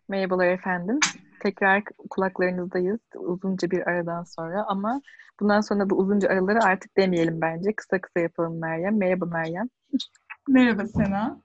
Merhabalar efendim. Tekrar kulaklarınızdayız uzunca bir aradan sonra ama bundan sonra bu uzunca araları artık demeyelim bence. Kısa kısa yapalım Meryem. Merhaba Meryem. Merhaba Sena.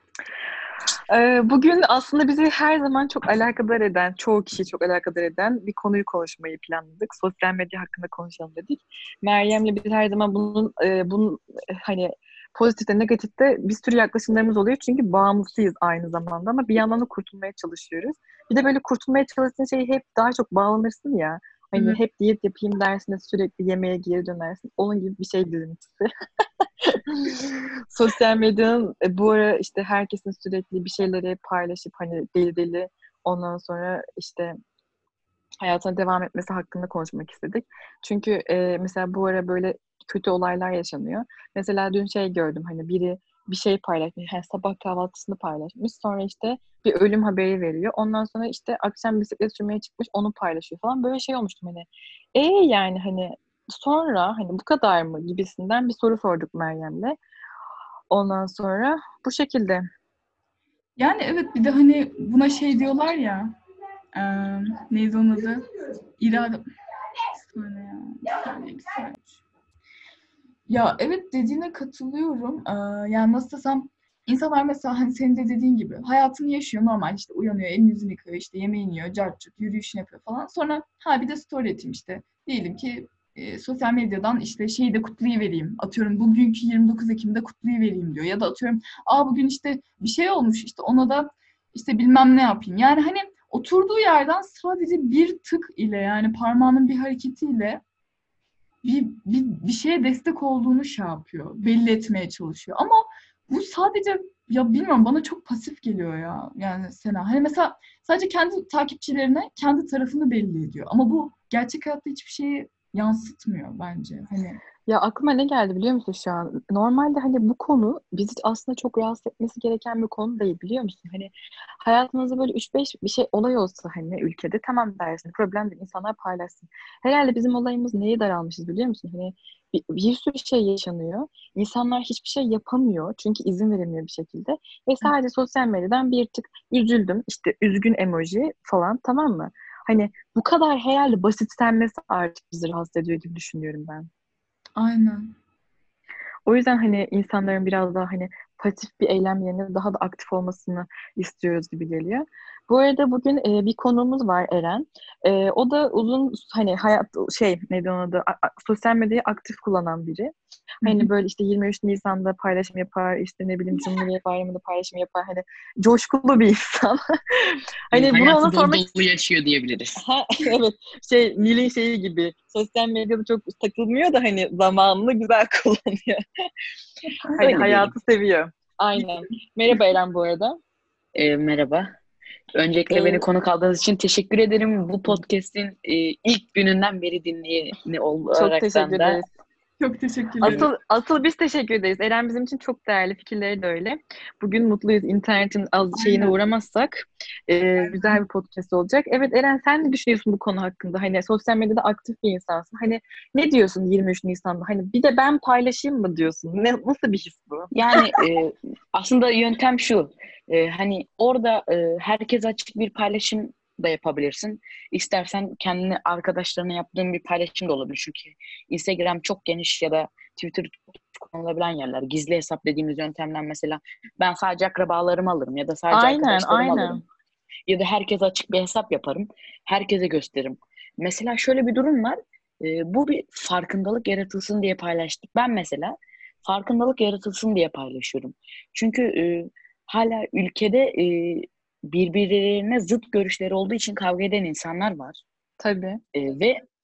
Bugün aslında bizi her zaman çok alakadar eden, çoğu kişiyi çok alakadar eden bir konuyu konuşmayı planladık. Sosyal medya hakkında konuşalım dedik. Meryem'le biz her zaman bunun hani pozitifte, negatifte bir sürü yaklaşımlarımız oluyor. Çünkü bağımlısıyız aynı zamanda ama bir yandan da kurtulmaya çalışıyoruz. Bir de böyle kurtulmaya çalıştığın şeyi hep daha çok bağlanırsın ya. Hani Evet. hep diyet yapayım dersin de sürekli yemeğe geri dönersin. Onun gibi bir şey bizimkisi. Sosyal medyanın bu ara işte herkesin sürekli bir şeyleri paylaşıp hani deli deli ondan sonra işte hayatına devam etmesi hakkında konuşmak istedik. Çünkü mesela bu ara böyle kötü olaylar yaşanıyor. Mesela dün şey gördüm hani biri bir şey paylaşmış. Yani sabah kahvaltısını paylaşmış. Sonra işte bir ölüm haberi veriyor. Ondan sonra işte akşam bisiklet sürmeye çıkmış onu paylaşıyor falan. Böyle şey olmuştum hani. Yani hani sonra hani bu kadar mı gibisinden bir soru sorduk Meryem'le. Ondan sonra bu şekilde. Yani evet bir de hani buna şey diyorlar ya e, neydi onun adı? İrade... Bir saniye ya. Bir saniye, bir saniye. Ya evet dediğine katılıyorum. Yani nasıl desem insanlar mesela hani senin de dediğin gibi hayatını yaşıyor normal işte uyanıyor elini yüzünü yıkıyor işte yemeğini yiyor cart curt yürüyüşünü yapıyor falan. Sonra ha bir de story atayım işte. Diyelim ki sosyal medyadan işte şeyi de kutlayıvereyim. Atıyorum bugünkü 29 Ekim'de kutlayıvereyim diyor. Ya da atıyorum bugün işte bir şey olmuş işte ona da işte bilmem ne yapayım. Yani hani oturduğu yerden sadece bir tık ile yani parmağının bir hareketiyle bir şeye destek olduğunu şey yapıyor, belli etmeye çalışıyor. Ama bu sadece ya bilmiyorum bana çok pasif geliyor ya. Yani Sena. Hani mesela sadece kendi takipçilerine kendi tarafını belli ediyor. Ama bu gerçek hayatta hiçbir şeyi yansıtmıyor bence. Hani Ya aklıma ne geldi biliyor musun şu an? Normalde hani bu konu bizi aslında çok rahatsız etmesi gereken bir konu değil biliyor musun? Hani hayatımızda böyle üç beş bir şey olay olsa hani ülkede tamam dersin. Problem değil. İnsanlar paylaşsın. Herhalde bizim olayımız neye daralmışız biliyor musun? Hani bir sürü şey yaşanıyor. İnsanlar hiçbir şey yapamıyor. Çünkü izin verilmiyor bir şekilde. Ve sadece sosyal medyadan bir tık üzüldüm. İşte üzgün emoji falan tamam mı? Hani bu kadar herhalde basitsenmesi artık bizi rahatsız ediyor gibi düşünüyorum ben. aynen. O yüzden hani insanların biraz daha hani pasif bir eylem yerine daha da aktif olmasını istiyoruz gibi geliyor. Bu arada bugün bir konuğumuz var Eren. O da uzun hani hayat şey neydi onun adı sosyal medyayı aktif kullanan biri. Hı hı. Hani böyle işte 23 Nisan'da paylaşım yapar, işte ne bileyim Cumhuriyet Bayramı'nda paylaşım yapar. Hani coşkulu bir insan. Hani bunu ona Hayatı dolu sormak dolu yaşıyor diyebiliriz. Ha, evet şey Nil'in şeyi gibi sosyal medyada çok takılmıyor da hani zamanını güzel kullanıyor. Hani Öyle diyelim. hayatı seviyor. Aynen. Merhaba Eren bu arada. Merhaba. Öncelikle beni Ee, konuk aldığınız için teşekkür ederim. Bu podcast'in ilk gününden beri dinleyeni Çok teşekkür olaraktan da ederiz. Çok teşekkürler. Asıl biz teşekkür ederiz. Eren bizim için çok değerli. Fikirleri de öyle. Bugün mutluyuz. İnternetin az şeyine Aynen. uğramazsak güzel bir podcast olacak. Evet Eren sen ne düşünüyorsun bu konu hakkında? Hani sosyal medyada aktif bir insansın. Hani ne diyorsun 23 Nisan'da? Hani bir de ben paylaşayım mı diyorsun? Nasıl bir his bu? yani aslında yöntem şu. Hani orada herkes açık bir paylaşım da yapabilirsin. İstersen kendini arkadaşlarına yaptığın bir paylaşım da olabilir. Çünkü Instagram çok geniş ya da Twitter çok kullanılabilen yerler. Gizli hesap dediğimiz yöntemden mesela ben sadece akrabalarımı alırım ya da sadece Aynen, arkadaşlarımı alırım. aynen. Ya da herkese açık bir hesap yaparım. Herkese gösteririm. Mesela şöyle bir durum var. Bu bir farkındalık yaratılsın diye paylaştık. Ben mesela farkındalık yaratılsın diye paylaşıyorum. Çünkü hala ülkede birbirlerine zıt görüşleri olduğu için kavga eden insanlar var. Tabii. Ve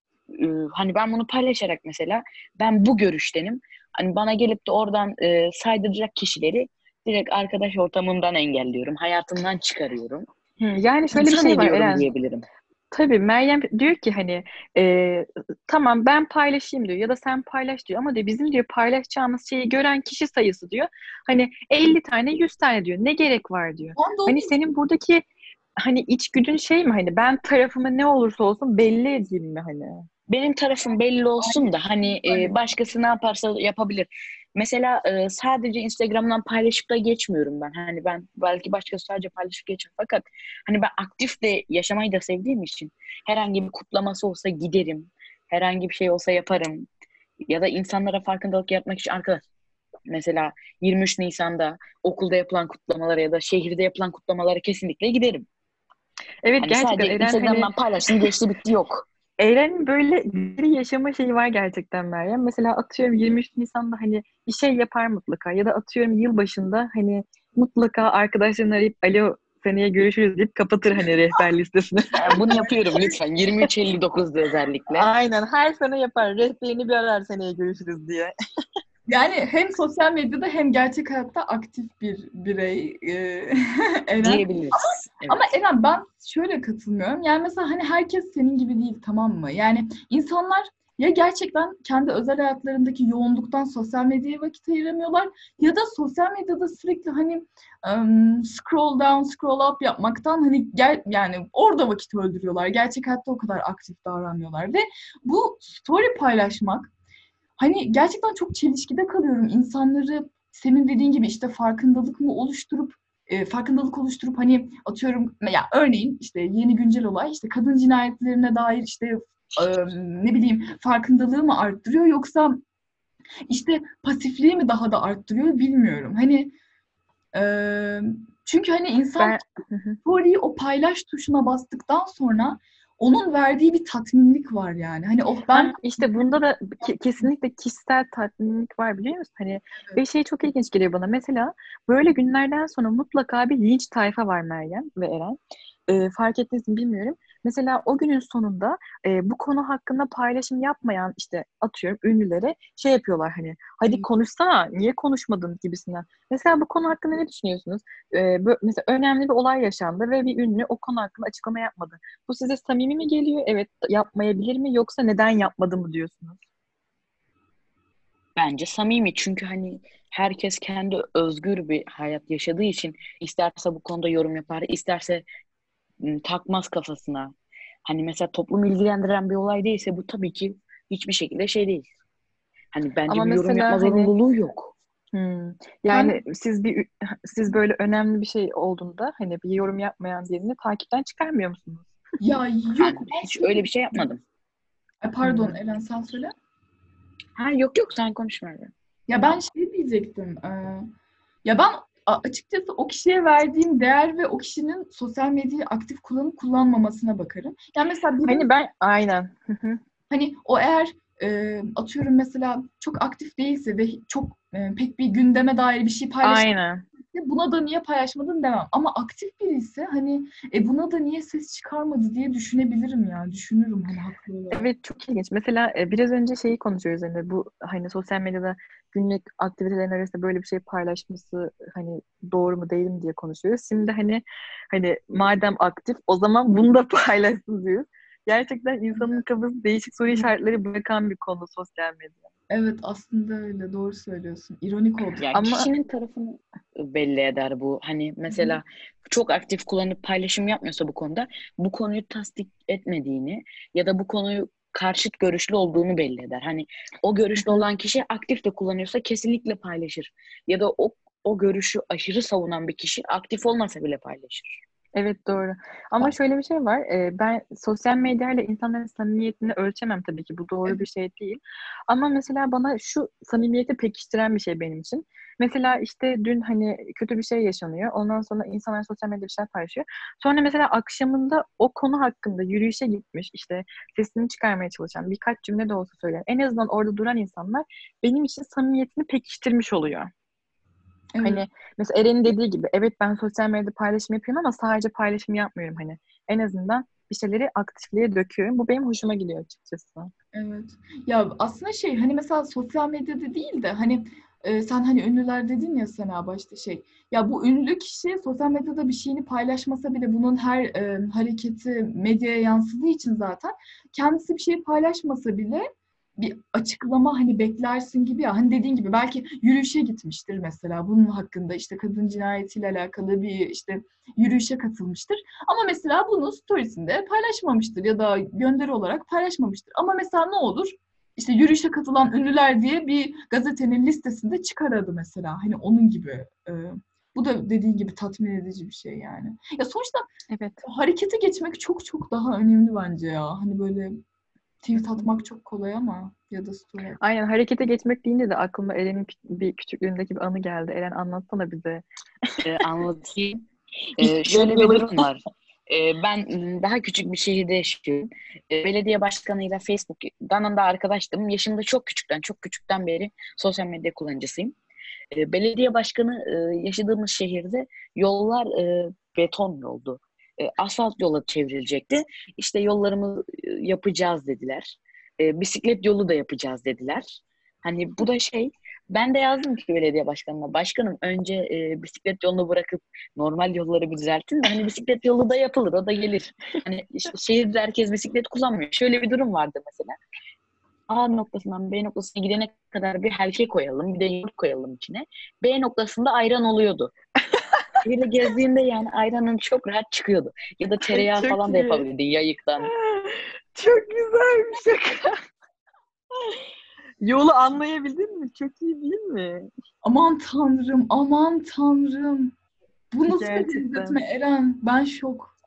hani ben bunu paylaşarak mesela ben bu görüştenim. Hani bana gelip de oradan saydıracak kişileri direkt arkadaş ortamımdan engelliyorum. Hayatımdan çıkarıyorum. Yani şöyle bir İnsan şey var ediyorum Eren. diyebilirim. Tabii Meryem diyor ki hani tamam ben paylaşayım diyor ya da sen paylaş diyor ama diyor bizim diyor paylaşacağımız şeyi gören kişi sayısı diyor hani 50 tane 100 tane diyor ne gerek var diyor. Ben de Hani onu senin buradaki hani içgüdün şey mi hani ben tarafımı ne olursa olsun belli edeyim mi hani? Benim tarafım belli olsun da hani istiyorum. başkası ne yaparsa yapabilir. mesela sadece Instagram'dan paylaşıp da geçmiyorum ben. Hani ben belki başkası sadece paylaşıp geçiyor. Fakat hani ben aktif de yaşamayı da sevdiğim için herhangi bir kutlaması olsa giderim. Herhangi bir şey olsa yaparım. Ya da insanlara farkındalık yaratmak için arkadaş mesela 23 Nisan'da okulda yapılan kutlamalara ya da şehirde yapılan kutlamalara kesinlikle giderim. Evet, Hani gerçekten sadece Eren hani Instagram'dan paylaştım geçti bitti yok. Eren'in böyle bir yaşama şeyi var gerçekten Meryem. Mesela atıyorum 23 Nisan'da hani bir şey yapar mutlaka ya da atıyorum yılbaşında hani mutlaka arkadaşlarını arayıp alo seneye görüşürüz deyip kapatır hani rehber listesini. Yani bunu yapıyorum lütfen. 23.59'da özellikle. Aynen, her sene yapar. Rehberini bir arar seneye görüşürüz diye. Yani hem sosyal medyada hem gerçek hayatta aktif bir birey Eren. Diyebiliriz. Ama Evet. Eren ben şöyle katılmıyorum. Yani mesela hani herkes senin gibi değil, tamam mı? Yani insanlar ya gerçekten kendi özel hayatlarındaki yoğunluktan sosyal medyaya vakit ayıramıyorlar ya da sosyal medyada sürekli hani scroll down, scroll up yapmaktan hani yani orada vakit öldürüyorlar. Gerçek hayatta o kadar aktif davranmıyorlar ve bu story paylaşmak hani gerçekten çok çelişkide kalıyorum. İnsanları senin dediğin gibi işte farkındalık oluşturup hani atıyorum ya örneğin işte yeni güncel olay işte kadın cinayetlerine dair işte ne bileyim farkındalığı mı arttırıyor yoksa işte pasifliği mi daha da arttırıyor bilmiyorum. Hani e, çünkü hani insan Ben story'yi o paylaş tuşuna bastıktan sonra onun verdiği bir tatminlik var yani. Hani oh ben işte bunda da kesinlikle kişisel tatminlik var, biliyor musun? Hani ve şey çok ilginç geliyor bana. Mesela böyle günlerden sonra mutlaka bir linç tayfa var Meryem ve Eren. Fark ettiniz mi bilmiyorum. Mesela o günün sonunda bu konu hakkında paylaşım yapmayan işte atıyorum ünlülere şey yapıyorlar hani hadi konuşsana niye konuşmadın gibisinden. Mesela bu konu hakkında ne düşünüyorsunuz? Mesela önemli bir olay yaşandı ve bir ünlü o konu hakkında açıklama yapmadı. Bu size samimi mi geliyor? Evet, yapmayabilir mi? Yoksa neden yapmadı mı diyorsunuz? Bence samimi çünkü hani herkes kendi özgür bir hayat yaşadığı için isterse bu konuda yorum yapar, isterse takmaz kafasına. Hani mesela toplumu ilgilendiren bir olay değilse bu tabii ki hiçbir şekilde şey değil. Hani bence Ama bir yorum yapma mesela hani zorunluluğu yok. yani siz böyle önemli bir şey olduğunda hani bir yorum yapmayan birini takipten çıkarmıyor musunuz? ya yok Ben ben hiç şöyle öyle bir şey yapmadım. pardon Hmm. Eren sen söyle. Ha yok yok sen konuşma öyle. Ya ben şey diyecektim. Ya ben açıkçası o kişiye verdiğim değer ve o kişinin sosyal medyayı aktif kullanıp kullanmamasına bakarım. Yani mesela Hani birinin ben aynen. hani o eğer atıyorum mesela çok aktif değilse ve çok pek bir gündeme dair bir şey paylaşmıyorsa Aynen. buna da niye paylaşmadın demem. Ama aktif biri ise hani buna da niye ses çıkarmadı diye düşünebilirim ya. Düşünürüm hani haklı olarak. Evet, çok ilginç. Mesela biraz önce şeyi konuşuyoruz üzerinde bu hani sosyal medyada günlük aktivitelerin arasında böyle bir şey paylaşması hani doğru mu değil mi diye konuşuyoruz. Şimdi hani madem aktif o zaman bunu da paylaşsın diyoruz. Gerçekten insanın kafası değişik soru işaretleri bırakan bir konu sosyal medya. Evet aslında öyle doğru söylüyorsun. İronik oldu. Ya Ama kişinin tarafını belli eder bu. Hani Hı hı. mesela çok aktif kullanıp paylaşım yapmıyorsa bu konuda bu konuyu tasdik etmediğini ya da bu konuyu karşıt görüşlü olduğunu belli eder. Hani o görüşlü olan kişi aktif de kullanıyorsa kesinlikle paylaşır. Ya da o görüşü aşırı savunan bir kişi aktif olmasa bile paylaşır. evet, doğru. Ama şöyle bir şey var. Ben sosyal medyayla insanların samimiyetini ölçemem tabii ki. Bu doğru bir şey değil. Ama mesela bana şu samimiyeti pekiştiren bir şey benim için. Mesela işte dün hani kötü bir şey yaşanıyor. Ondan sonra insanlar sosyal medyada bir şeyler paylaşıyor. Sonra mesela akşamında o konu hakkında yürüyüşe gitmiş, işte sesini çıkarmaya çalışan, birkaç cümle de olsa söyleyen, en azından orada duran insanlar benim için samimiyetini pekiştirmiş oluyor. Evet. Hani mesela Eren'in dediği gibi evet ben sosyal medyada paylaşım yapıyorum ama sadece paylaşım yapmıyorum hani. En azından bir şeyleri aktifliğe döküyorum. Bu benim hoşuma gidiyor açıkçası. Evet. Ya aslında şey hani mesela sosyal medyada değil de hani sen hani ünlüler dedin ya Sena başta şey. Ya bu ünlü kişi sosyal medyada bir şeyini paylaşmasa bile bunun her hareketi medyaya yansıdığı için zaten kendisi bir şey paylaşmasa bile bir açıklama hani beklersin gibi ya. Hani dediğin gibi belki yürüyüşe gitmiştir mesela bunun hakkında işte kadın cinayetiyle alakalı bir işte yürüyüşe katılmıştır. Ama mesela bunu storiesinde paylaşmamıştır ya da gönderi olarak paylaşmamıştır. Ama mesela ne olur? işte yürüyüşe katılan ünlüler diye bir gazetenin listesinde çıkar adı mesela. Hani onun gibi. Bu da dediğin gibi tatmin edici bir şey yani. Ya sonuçta Evet. harekete geçmek çok çok daha önemli bence ya. Hani böyle tweet atmak çok kolay ama ya da story atmak. Aynen, harekete geçmek deyince de aklıma Eren'in bir küçüklüğündeki bir anı geldi. Eren, anlatsana bize. Anlatayım. İlk Şöyle bir medyaları. durum var. Ben daha küçük bir şehirde yaşıyorum. Belediye başkanıyla Facebook'tan da arkadaştım. Yaşımda çok küçükten beri sosyal medya kullanıcısıyım. Belediye başkanı yaşadığımız şehirde yollar beton yoldu. Asfalt yola çevrilecekti. İşte yollarımı yapacağız dediler. Bisiklet yolu da yapacağız dediler. Hani bu da ben de yazdım ki belediye başkanına, başkanım önce bisiklet yolunu bırakıp normal yolları bir düzeltin de hani bisiklet yolu da yapılır, o da gelir. Hani işte şehirde herkes bisiklet kullanmıyor. Şöyle bir durum vardı mesela. A noktasından B noktasına gidene kadar bir helke koyalım, bir de yoğurt koyalım içine. B noktasında ayran oluyordu. Şehirde gezdiğinde yani ayranın çok rahat çıkıyordu. Ya da tereyağı Çok falan da iyi. yapabilirdin yayıktan. Çok güzel bir şaka. Yolu anlayabildin mi? Çok iyi değil mi? Aman tanrım, aman tanrım. Bu nasıl bir Gerçekten. benzetme Eren? Ben şok.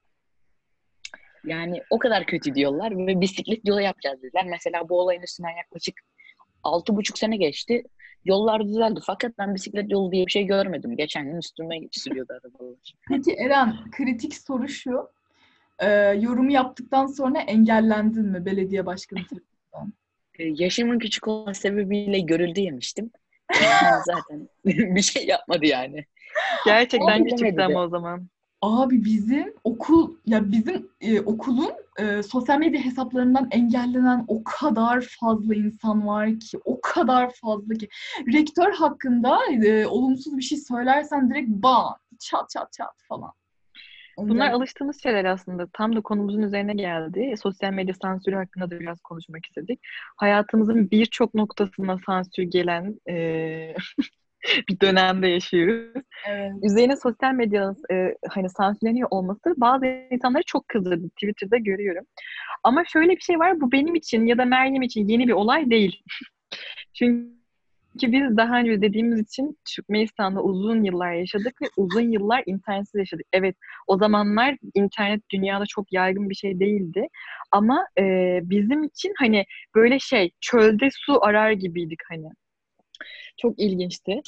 Yani o kadar kötü diyorlar ve bisiklet yolu yapacağız dediler. Mesela bu olayın üstünden yaklaşık 6,5 sene geçti. Yollar düzeldi. Fakat ben bisiklet yolu diye bir şey görmedim. Geçen gün üstüme sürüyordu arabalar. Peki Eren, kritik soru şu. Yorumu yaptıktan sonra engellendin mi belediye başkanı tarafından? Yaşımın küçük olma sebebiyle görüldü yemiştim. Hani zaten bir şey yapmadı yani. Gerçekten küçüktü Engellemedi ama de. o zaman. Abi bizim okul, ya bizim okulun sosyal medya hesaplarından engellenen o kadar fazla insan var ki, o kadar fazla ki. Rektör hakkında olumsuz bir şey söylersen direkt bam, çat çat çat falan. Bunlar Engel. alıştığımız şeyler aslında. Tam da konumuzun üzerine geldi. Sosyal medya sansürü hakkında da biraz konuşmak istedik. Hayatımızın birçok noktasına sansür gelen bir dönemde yaşıyoruz. Evet. Üzerine sosyal medyanın hani sansürleniyor olması bazı insanları çok kızdırdı. Twitter'da görüyorum. Ama şöyle bir şey var. Bu benim için ya da Meryem için yeni bir olay değil. Çünkü biz daha önce dediğimiz için Türkmenistan'da uzun yıllar yaşadık ve uzun yıllar internetsiz yaşadık. Evet, o zamanlar internet dünyada çok yaygın bir şey değildi. Ama bizim için hani böyle çölde su arar gibiydik hani. Çok ilginçti.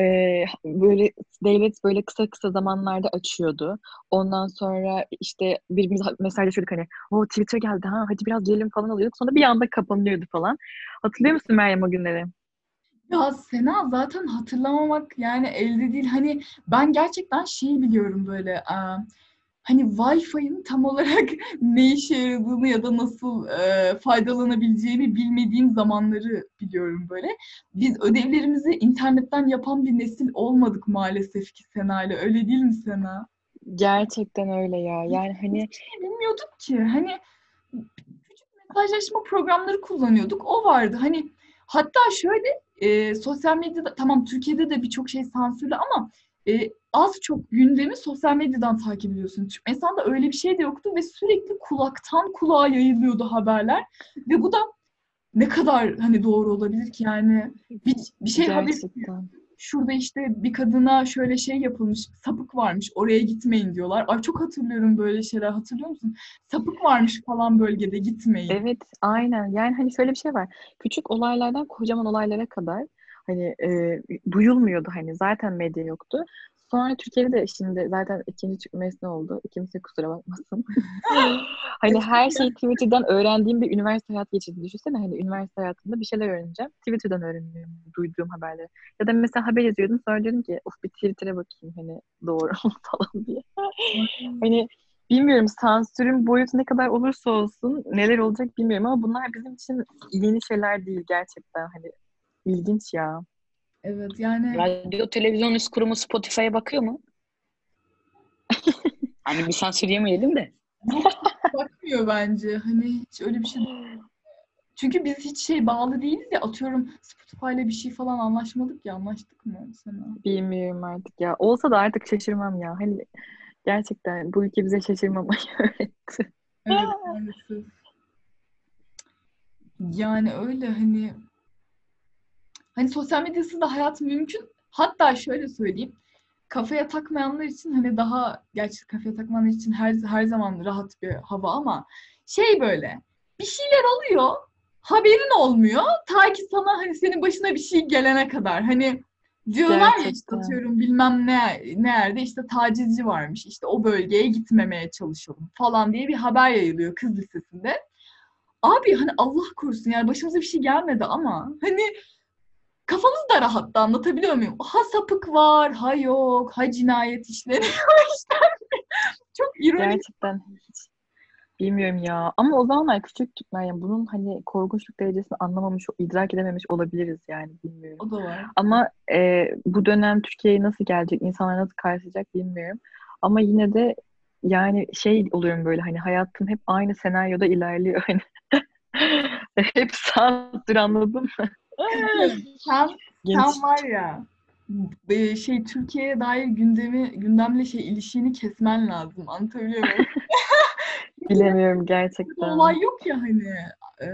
Böyle devlet böyle kısa kısa zamanlarda açıyordu. Ondan sonra işte birbirimize mesajlaşıyorduk hani o Twitter geldi ha hadi biraz gelelim falan alıyorduk. Sonra bir anda kapanıyordu falan. Hatırlıyor musun Meryem o günleri? Ya Sena, zaten hatırlamamak yani elde değil. Hani ben gerçekten şeyi biliyorum böyle. Hani Wi-Fi'nin tam olarak ne işe yaradığını ya da nasıl faydalanabileceğimi bilmediğim zamanları biliyorum böyle. Biz ödevlerimizi internetten yapan bir nesil olmadık maalesef ki Sena'yla. Öyle değil mi Sena? Gerçekten öyle ya. Yani hani Hiçbir şey bilmiyorduk ki. Hani küçük mesajlaşma programları kullanıyorduk. O vardı. Hani hatta şöyle sosyal medyada, tamam Türkiye'de de birçok şey sansürlü ama az çok gündemi sosyal medyadan takip ediyorsun. Türkmenistan'da öyle bir şey de yoktu ve sürekli kulaktan kulağa yayılıyordu haberler. Ve bu da ne kadar hani doğru olabilir ki yani bir şey haber, gerçekten. şurada işte bir kadına şöyle şey yapılmış, sapık varmış, oraya gitmeyin diyorlar. Ay çok hatırlıyorum böyle şeyler, hatırlıyor musun? Sapık varmış falan bölgede, gitmeyin. Evet, aynen. Yani hani şöyle bir şey var. Küçük olaylardan kocaman olaylara kadar hani duyulmuyordu hani zaten medya yoktu. Sonra Türkiye'de de şimdi zaten ikinci çıkması ne oldu? Kimse kusura bakmasın. Hani her şeyi Twitter'dan öğrendiğim bir üniversite hayatı geçirdiğini düşünsene. Hani üniversite hayatında bir şeyler öğreneceğim. Twitter'dan öğreniyorum duyduğum haberleri. Ya da mesela haber yazıyordum sonra diyordum ki of bir Twitter'a bakayım hani doğru mu falan diye. Hani bilmiyorum sansürün boyutu ne kadar olursa olsun neler olacak bilmiyorum ama bunlar bizim için yeni şeyler değil gerçekten hani ilginç ya. Evet yani Radyo Televizyon Üst Kurumu Spotify'a bakıyor mu? Hani bir sansür yemeyelim de. yok, bakmıyor bence. Hani hiç öyle bir şey. Çünkü biz hiç şey bağlı değiliz ya, atıyorum Spotify'la bir şey falan anlaşmadık ya, anlaştık mı sana? Bilmiyorum artık ya. Olsa da artık şaşırmam ya. Hani gerçekten bu ülke bize şaşırmamayı öğretti. Evet maalesef. Yani öyle hani sosyal medyasız da hayat mümkün. Hatta şöyle söyleyeyim. Kafaya takmayanlar için hani gerçi kafaya takmayanlar için her zaman rahat bir hava ama böyle bir şeyler oluyor, haberin olmuyor. Ta ki sana hani senin başına bir şey gelene kadar. Hani diyorlar ya işte Gerçekten. atıyorum bilmem ne yerde işte tacizci varmış. İşte o bölgeye gitmemeye çalışalım falan diye bir haber yayılıyor kız lisesinde. Abi hani Allah korusun yani başımıza bir şey gelmedi ama hani kafamız da rahattı, anlatabiliyor muyum? Ha sapık var, ha yok, ha cinayet işleniyor işte. Çok ironik. Gerçekten hiç bilmiyorum ya. Ama o zamanlar küçüktük Meryem. Bunun hani korkunçluk derecesini anlamamış, idrak edememiş olabiliriz yani bilmiyorum. O da var. Ama bu dönem Türkiye'ye nasıl gelecek, insanlar nasıl karşılayacak bilmiyorum. Ama yine de yani şey oluyorum böyle hani hayatım hep aynı senaryoda ilerliyor. Hani hep saattir anladın mı? Sen, Genç. sen var ya Türkiye'ye dair gündemle ilişiğini kesmen lazım. Anlatabiliyor muyum? Çünkü Bilemiyorum bir olay gerçekten. yok ya hani e,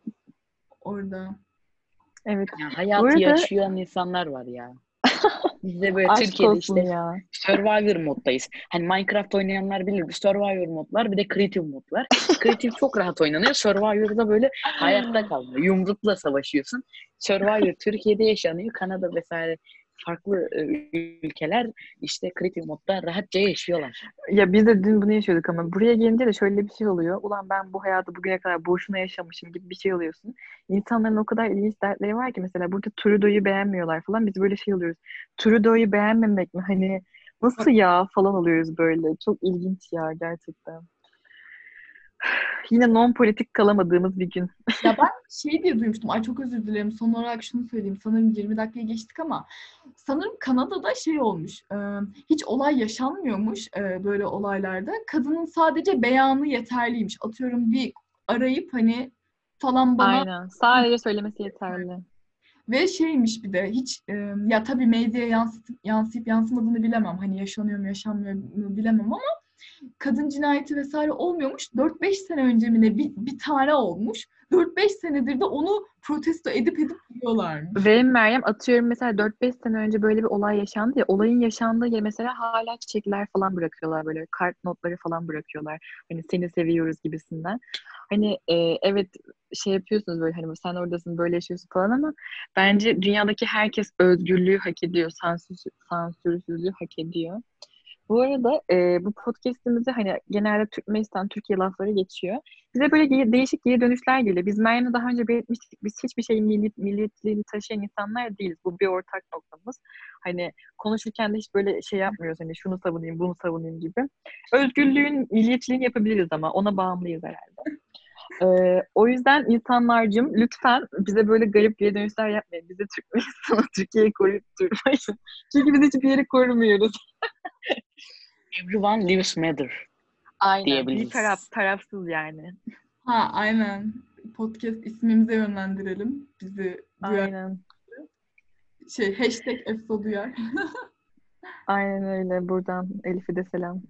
orada. Evet. Ya Bu hayatı arada yaşayan insanlar var ya. Biz de böyle aşk Türkiye'de olsun işte ya. Survivor moddayız. Hani Minecraft oynayanlar bilir. Bir Survivor mod var, bir de Creative mod var. Creative çok rahat oynanıyor. Survivor'da böyle hayatta kalma. Yumrukla savaşıyorsun. Survivor Türkiye'de yaşanıyor. Kanada vesaire farklı ülkeler işte Creative modda rahatça yaşıyorlar. Ya biz de dün bunu yaşıyorduk ama buraya gelince de şöyle bir şey oluyor. Ulan ben bu hayatı bugüne kadar boşuna yaşamışım gibi bir şey oluyorsun. İnsanların o kadar ilginç dertleri var ki mesela burada Trudeau'yu beğenmiyorlar falan. Biz böyle şey oluyoruz. Trudeau'yu beğenmemek mi? Hani nasıl ya falan oluyoruz böyle. Çok ilginç ya gerçekten. Yine non politik kalamadığımız bir gün. Ya ben diye duymuştum. Ay çok özür dilerim. Son olarak şunu söyleyeyim. Sanırım 20 dakikaya geçtik ama sanırım Kanada'da olmuş. Hiç olay yaşanmıyormuş böyle olaylarda. Kadının sadece beyanı yeterliymiş. Atıyorum bir arayıp hani falan bana Aynen. Sadece söylemesi yeterli. ve bir de hiç ya tabii medyaya yansıyıp yansımadığını bilemem. Hani yaşanıyor mu yaşanmıyor mu bilemem ama kadın cinayeti vesaire olmuyormuş. 4-5 sene önce mi ne bir tane olmuş. 4-5 senedir de onu protesto edip duruyorlarmış. Ve Meryem atıyorum mesela 4-5 sene önce böyle bir olay yaşandı ya olayın yaşandığı yere mesela hala çiçekler falan bırakıyorlar böyle kart notları falan bırakıyorlar. Hani seni seviyoruz gibisinden. Hani evet şey yapıyorsunuz böyle hani sen oradasın böyle yaşıyorsun falan ama bence dünyadaki herkes özgürlüğü hak ediyor. Sansürsüzlüğü hak ediyor. Bu arada bu podcast'imizi hani genelde Türkmenistan, Türkiye lafları geçiyor. Bize böyle değişik geri dönüşler geliyor. Biz Meryem'le daha önce belirtmiştik. Biz hiçbir şeyin milliyetliğini taşıyan insanlar değiliz. Bu bir ortak noktamız. Hani konuşurken de hiç böyle şey yapmıyoruz. Hani şunu savunayım, bunu savunayım gibi. Özgürlüğün milliyetçiliğini yapabiliriz ama ona bağımlıyız herhalde. O yüzden insanlarcığım lütfen bize böyle garip geri dönüşler yapmayın. Bizi Türkmenistan'a, Türkiye'yi koruyup durmayın. Çünkü biz hiçbir yeri korumuyoruz. Everyone lives matter Aynen. Bir diyebiliriz. tarafsız yani. Ha aynen. Podcast ismimize yönlendirelim. Bizi duyar. Aynen. Hashtag Efsa duyar. Aynen öyle. Buradan Elif'e de selam.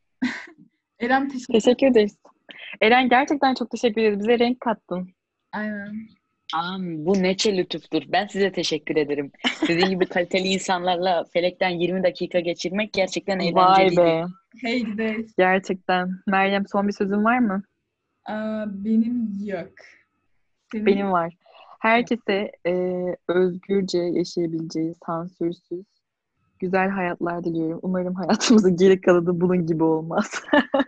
Eren teşekkür ederim. Teşekkür ederiz. Eren gerçekten çok teşekkür ederiz. Bize renk kattın. Aynen. Bu neçe lütuftur. Ben size teşekkür ederim. Sizin gibi kaliteli insanlarla felekten 20 dakika geçirmek gerçekten Vay eğlenceliydi. be. Hey gideriz. Gerçekten. Meryem son bir sözün var mı? Benim yok. Benim Senin? var. Herkese özgürce yaşayabileceği, sansürsüz, güzel hayatlar diliyorum. Umarım hayatımızın geri kalanı bunun gibi olmaz.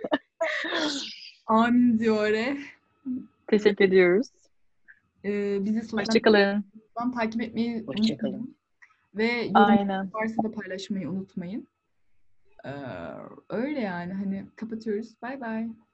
Amin diyor. Ve Teşekkür ediyoruz. bizi sosyal Hoşçakalın. medyadan takip etmeyi unutmayın. Hoşçakalın. Ve yorum Aynen. varsa da paylaşmayı unutmayın. Öyle yani hani kapatıyoruz. Bay bay.